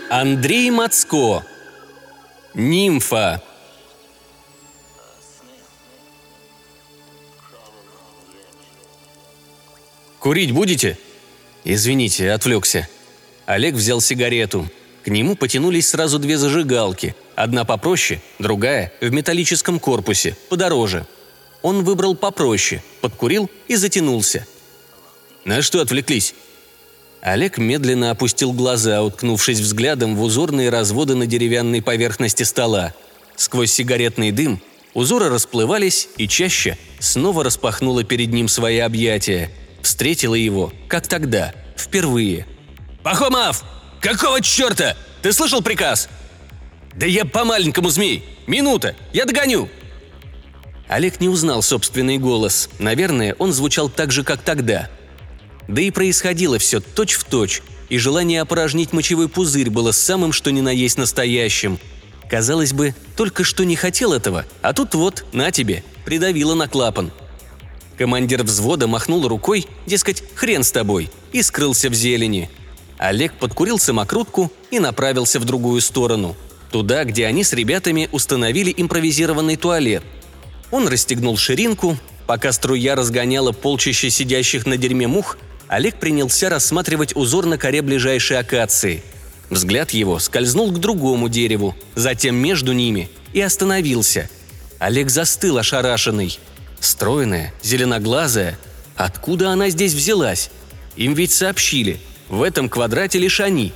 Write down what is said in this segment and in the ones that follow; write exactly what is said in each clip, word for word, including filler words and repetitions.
Андрей Мацко. Нимфа. «Курить будете?» «Извините, отвлекся». Олег взял сигарету. К нему потянулись сразу две зажигалки. Одна попроще, другая в металлическом корпусе, подороже. Он выбрал попроще, подкурил и затянулся. «На что отвлеклись?» Олег медленно опустил глаза, уткнувшись взглядом в узорные разводы на деревянной поверхности стола. Сквозь сигаретный дым узоры расплывались, и чаще снова распахнула перед ним свои объятия. Встретила его, как тогда, впервые. «Пахомов! Какого черта? Ты слышал приказ?» «Да я по-маленькому, змей! Минута! Я догоню!» Олег не узнал собственный голос. Наверное, он звучал так же, как тогда. Да и происходило все точь-в-точь, и желание опорожнить мочевой пузырь было самым что ни на есть настоящим. Казалось бы, только что не хотел этого, а тут вот, на тебе, придавило на клапан. Командир взвода махнул рукой, дескать, хрен с тобой, и скрылся в зелени. Олег подкурил самокрутку и направился в другую сторону, туда, где они с ребятами установили импровизированный туалет. Он расстегнул ширинку, пока струя разгоняла полчища сидящих на дерьме мух, Олег принялся рассматривать узор на коре ближайшей акации. Взгляд его скользнул к другому дереву, затем между ними, и остановился. Олег застыл ошарашенный. Стройная, зеленоглазая. Откуда она здесь взялась? Им ведь сообщили, в этом квадрате лишь они.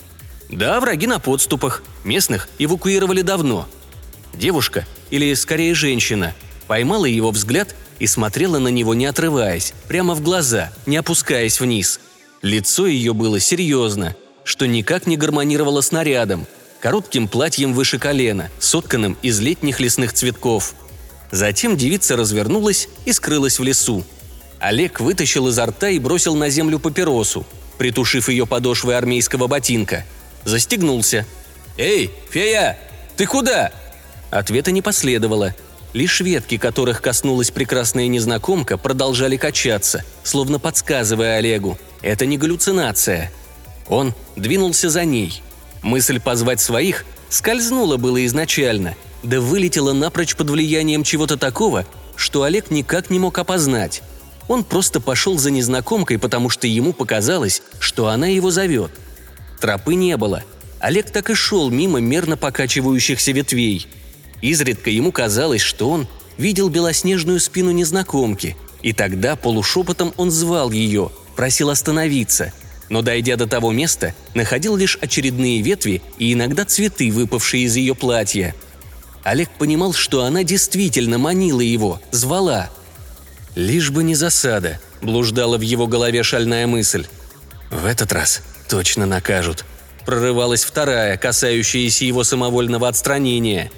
Да, враги на подступах, местных эвакуировали давно. Девушка, или скорее женщина, поймала его взгляд и смотрела на него, не отрываясь, прямо в глаза, не опускаясь вниз. Лицо ее было серьезно, что никак не гармонировало с нарядом, коротким платьем выше колена, сотканным из летних лесных цветков. Затем девица развернулась и скрылась в лесу. Олег вытащил изо рта и бросил на землю папиросу, притушив ее подошвой армейского ботинка. Застегнулся. «Эй, фея, ты куда?» Ответа не последовало. Лишь ветки, которых коснулась прекрасная незнакомка, продолжали качаться, словно подсказывая Олегу. Это не галлюцинация. Он двинулся за ней. Мысль позвать своих скользнула было изначально, да вылетела напрочь под влиянием чего-то такого, что Олег никак не мог опознать. Он просто пошел за незнакомкой, потому что ему показалось, что она его зовет. Тропы не было. Олег так и шел мимо мерно покачивающихся ветвей. Изредка ему казалось, что он видел белоснежную спину незнакомки, и тогда полушепотом он звал ее, просил остановиться, но, дойдя до того места, находил лишь очередные ветви и иногда цветы, выпавшие из ее платья. Олег понимал, что она действительно манила его, звала. «Лишь бы не засада», – блуждала в его голове шальная мысль. «В этот раз точно накажут», – прорывалась вторая, касающаяся его самовольного отстранения.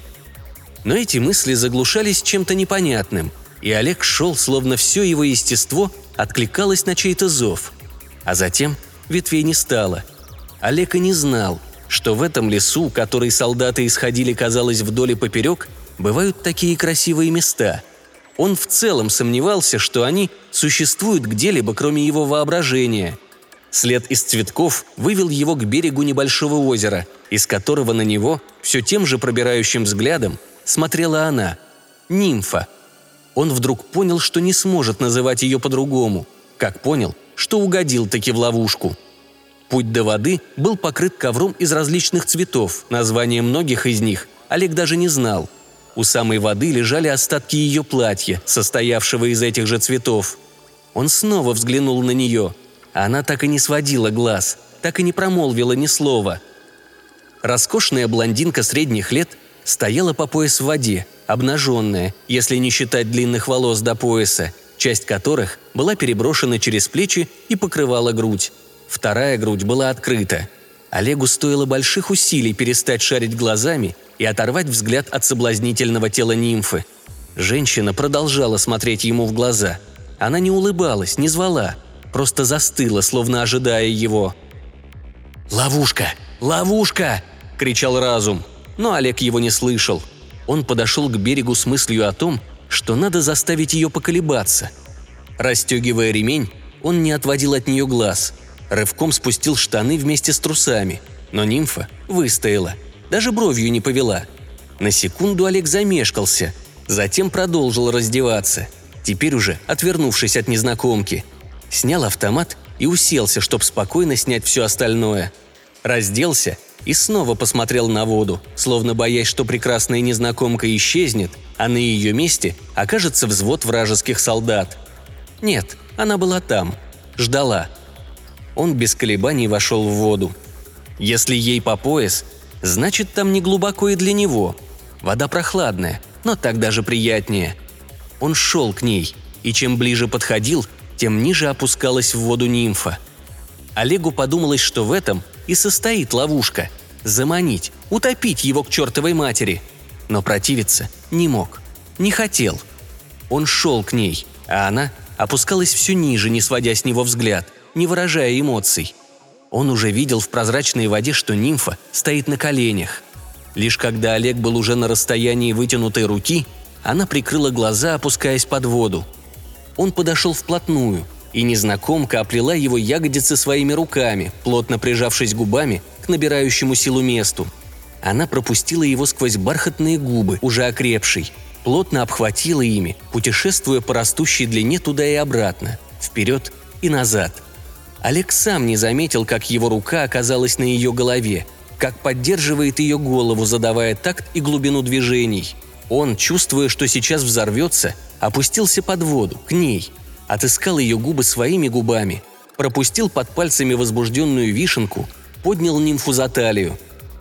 Но эти мысли заглушались чем-то непонятным, и Олег шел, словно все его естество откликалось на чей-то зов. А затем ветвей не стало. Олег и не знал, что в этом лесу, который солдаты исходили, казалось, вдоль и поперек, бывают такие красивые места. Он в целом сомневался, что они существуют где-либо, кроме его воображения. След из цветков вывел его к берегу небольшого озера, из которого на него все тем же пробирающим взглядом смотрела она, нимфа. Он вдруг понял, что не сможет называть ее по-другому, как понял, что угодил таки в ловушку. Путь до воды был покрыт ковром из различных цветов, названия многих из них Олег даже не знал. У самой воды лежали остатки ее платья, состоявшего из этих же цветов. Он снова взглянул на нее, а она так и не сводила глаз, так и не промолвила ни слова. Роскошная блондинка средних лет стояла по пояс в воде, обнаженная, если не считать длинных волос до пояса, часть которых была переброшена через плечи и покрывала грудь. Вторая грудь была открыта. Олегу стоило больших усилий перестать шарить глазами и оторвать взгляд от соблазнительного тела нимфы. Женщина продолжала смотреть ему в глаза. Она не улыбалась, не звала, просто застыла, словно ожидая его. «Ловушка! Ловушка!» – кричал разум. Но Олег его не слышал. Он подошел к берегу с мыслью о том, что надо заставить ее поколебаться. Расстегивая ремень, он не отводил от нее глаз. Рывком спустил штаны вместе с трусами. Но нимфа выстояла, даже бровью не повела. На секунду Олег замешкался, затем продолжил раздеваться, теперь уже отвернувшись от незнакомки. Снял автомат и уселся, чтобы спокойно снять все остальное. Разделся и снова посмотрел на воду, словно боясь, что прекрасная незнакомка исчезнет, а на ее месте окажется взвод вражеских солдат. Нет, она была там, ждала. Он без колебаний вошел в воду. Если ей по пояс, значит, там не глубоко и для него. Вода прохладная, но так даже приятнее. Он шел к ней, и чем ближе подходил, тем ниже опускалась в воду нимфа. Олегу подумалось, что в этом и состоит ловушка – заманить, утопить его к чертовой матери. Но противиться не мог, не хотел. Он шел к ней, а она опускалась все ниже, не сводя с него взгляд, не выражая эмоций. Он уже видел в прозрачной воде, что нимфа стоит на коленях. Лишь когда Олег был уже на расстоянии вытянутой руки, она прикрыла глаза, опускаясь под воду. Он подошел вплотную, и незнакомка оплела его ягодицы своими руками, плотно прижавшись губами к набирающему силу месту. Она пропустила его сквозь бархатные губы, уже окрепшей, плотно обхватила ими, путешествуя по растущей длине туда и обратно, вперед и назад. Олег сам не заметил, как его рука оказалась на ее голове, как поддерживает ее голову, задавая такт и глубину движений. Он, чувствуя, что сейчас взорвется, опустился под воду, к ней, отыскал ее губы своими губами, пропустил под пальцами возбужденную вишенку, поднял нимфу за талию.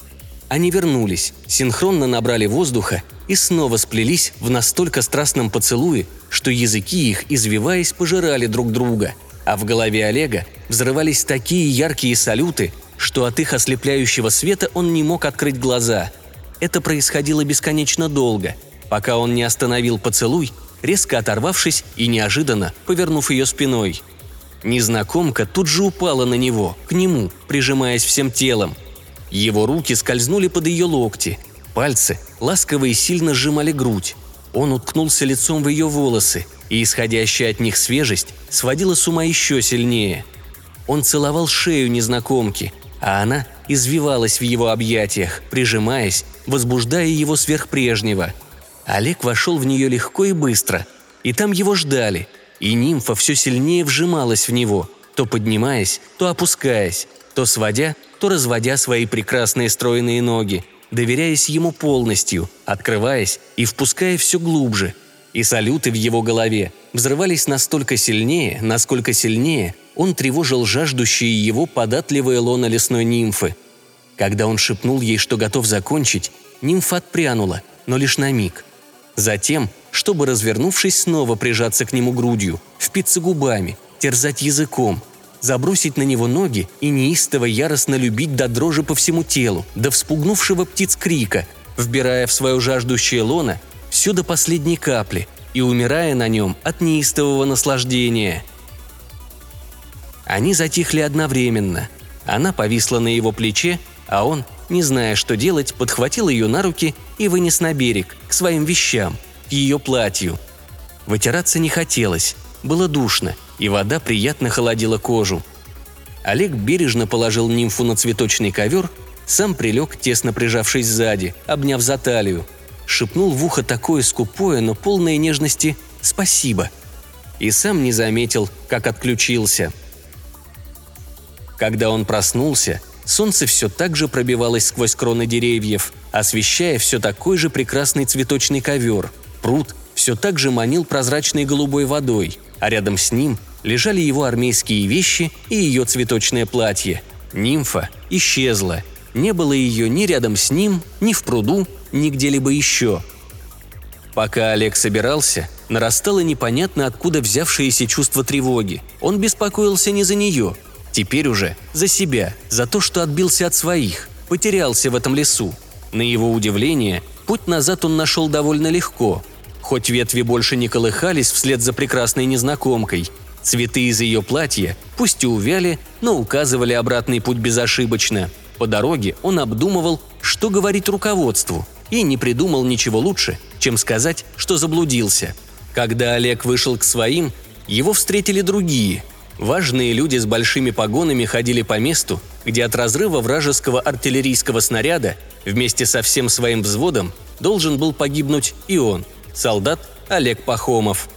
Они вернулись, синхронно набрали воздуха и снова сплелись в настолько страстном поцелуе, что языки их, извиваясь, пожирали друг друга, а в голове Олега взрывались такие яркие салюты, что от их ослепляющего света он не мог открыть глаза. Это происходило бесконечно долго, пока он не остановил поцелуй, резко оторвавшись и неожиданно повернув ее спиной. Незнакомка тут же упала на него, к нему, прижимаясь всем телом. Его руки скользнули под ее локти, пальцы ласково и сильно сжимали грудь. Он уткнулся лицом в ее волосы, и исходящая от них свежесть сводила с ума еще сильнее. Он целовал шею незнакомки, а она извивалась в его объятиях, прижимаясь, возбуждая его сверх прежнего. Олег вошел в нее легко и быстро, и там его ждали, и нимфа все сильнее вжималась в него, то поднимаясь, то опускаясь, то сводя, то разводя свои прекрасные стройные ноги, доверяясь ему полностью, открываясь и впуская все глубже. И салюты в его голове взрывались настолько сильнее, насколько сильнее он тревожил жаждущие его податливое лоно лесной нимфы. Когда он шепнул ей, что готов закончить, нимфа отпрянула, но лишь на миг. Затем, чтобы, развернувшись, снова прижаться к нему грудью, впиться губами, терзать языком, забросить на него ноги и неистово яростно любить до дрожи по всему телу, до вспугнувшего птиц крика, вбирая в свое жаждущее лоно все до последней капли и умирая на нем от неистового наслаждения. Они затихли одновременно. Она повисла на его плече, а он, не зная, что делать, подхватил ее на руки и вынес на берег, к своим вещам, к ее платью. Вытираться не хотелось, было душно, и вода приятно холодила кожу. Олег бережно положил нимфу на цветочный ковер, сам прилег, тесно прижавшись сзади, обняв за талию, шепнул в ухо такое скупое, но полное нежности «спасибо» и сам не заметил, как отключился. Когда он проснулся, солнце все так же пробивалось сквозь кроны деревьев, освещая все такой же прекрасный цветочный ковер. Пруд все так же манил прозрачной голубой водой, а рядом с ним лежали его армейские вещи и ее цветочное платье. Нимфа исчезла. Не было ее ни рядом с ним, ни в пруду, ни где-либо еще. Пока Олег собирался, нарастало непонятно откуда взявшееся чувство тревоги. Он беспокоился не за нее, теперь уже за себя, за то, что отбился от своих, потерялся в этом лесу. На его удивление, путь назад он нашел довольно легко. Хоть ветви больше не колыхались вслед за прекрасной незнакомкой, цветы из ее платья, пусть и увяли, но указывали обратный путь безошибочно. По дороге он обдумывал, что говорить руководству, и не придумал ничего лучше, чем сказать, что заблудился. Когда Олег вышел к своим, его встретили другие. Важные люди с большими погонами ходили по месту, где от разрыва вражеского артиллерийского снаряда вместе со всем своим взводом должен был погибнуть и он, солдат Олег Пахомов.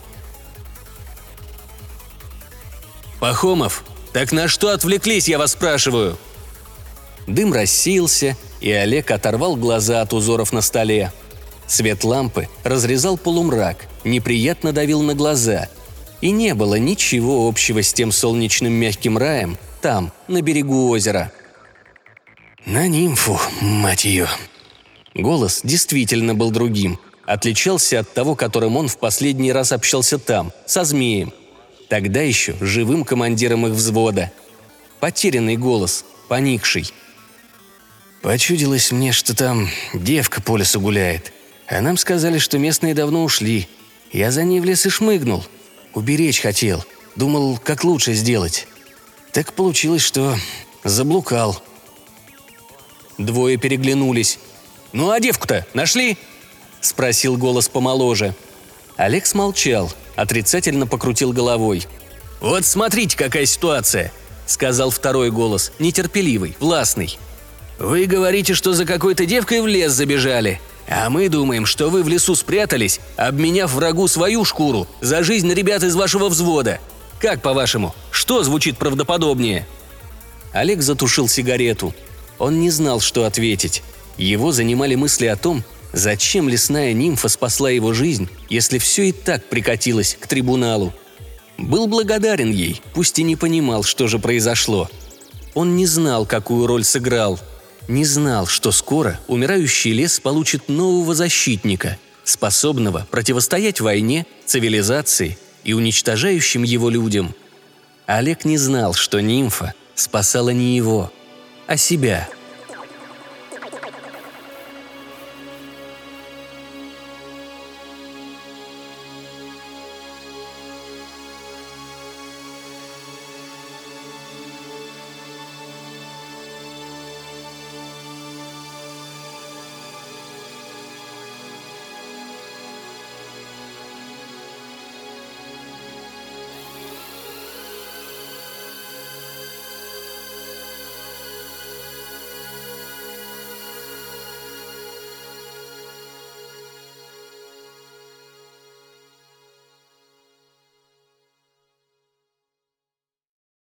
«Пахомов, так на что отвлеклись, я вас спрашиваю?» Дым рассеялся, и Олег оторвал глаза от узоров на столе. Свет лампы разрезал полумрак, неприятно давил на глаза. И не было ничего общего с тем солнечным мягким раем там, на берегу озера. «На нимфу, мать ее!» Голос действительно был другим, отличался от того, которым он в последний раз общался там, со змеем. Тогда еще живым командиром их взвода. Потерянный голос, поникший. «Почудилось мне, что там девка по лесу гуляет. А нам сказали, что местные давно ушли. Я за ней в лес и шмыгнул. Уберечь хотел. Думал, как лучше сделать. Так получилось, что заблукал». Двое переглянулись. «Ну а девку-то нашли?» – спросил голос помоложе. Олег смолчал, отрицательно покрутил головой. «Вот смотрите, какая ситуация!» – сказал второй голос, нетерпеливый, властный. «Вы говорите, что за какой-то девкой в лес забежали, а мы думаем, что вы в лесу спрятались, обменяв врагу свою шкуру за жизнь ребят из вашего взвода. Как, по-вашему, что звучит правдоподобнее?» Олег затушил сигарету. Он не знал, что ответить. Его занимали мысли о том, зачем лесная нимфа спасла его жизнь, если все и так прикатилось к трибуналу. Был благодарен ей, пусть и не понимал, что же произошло. Он не знал, какую роль сыграл. Не знал, что скоро умирающий лес получит нового защитника, способного противостоять войне, цивилизации и уничтожающим его людям. Олег не знал, что нимфа спасала не его, а себя –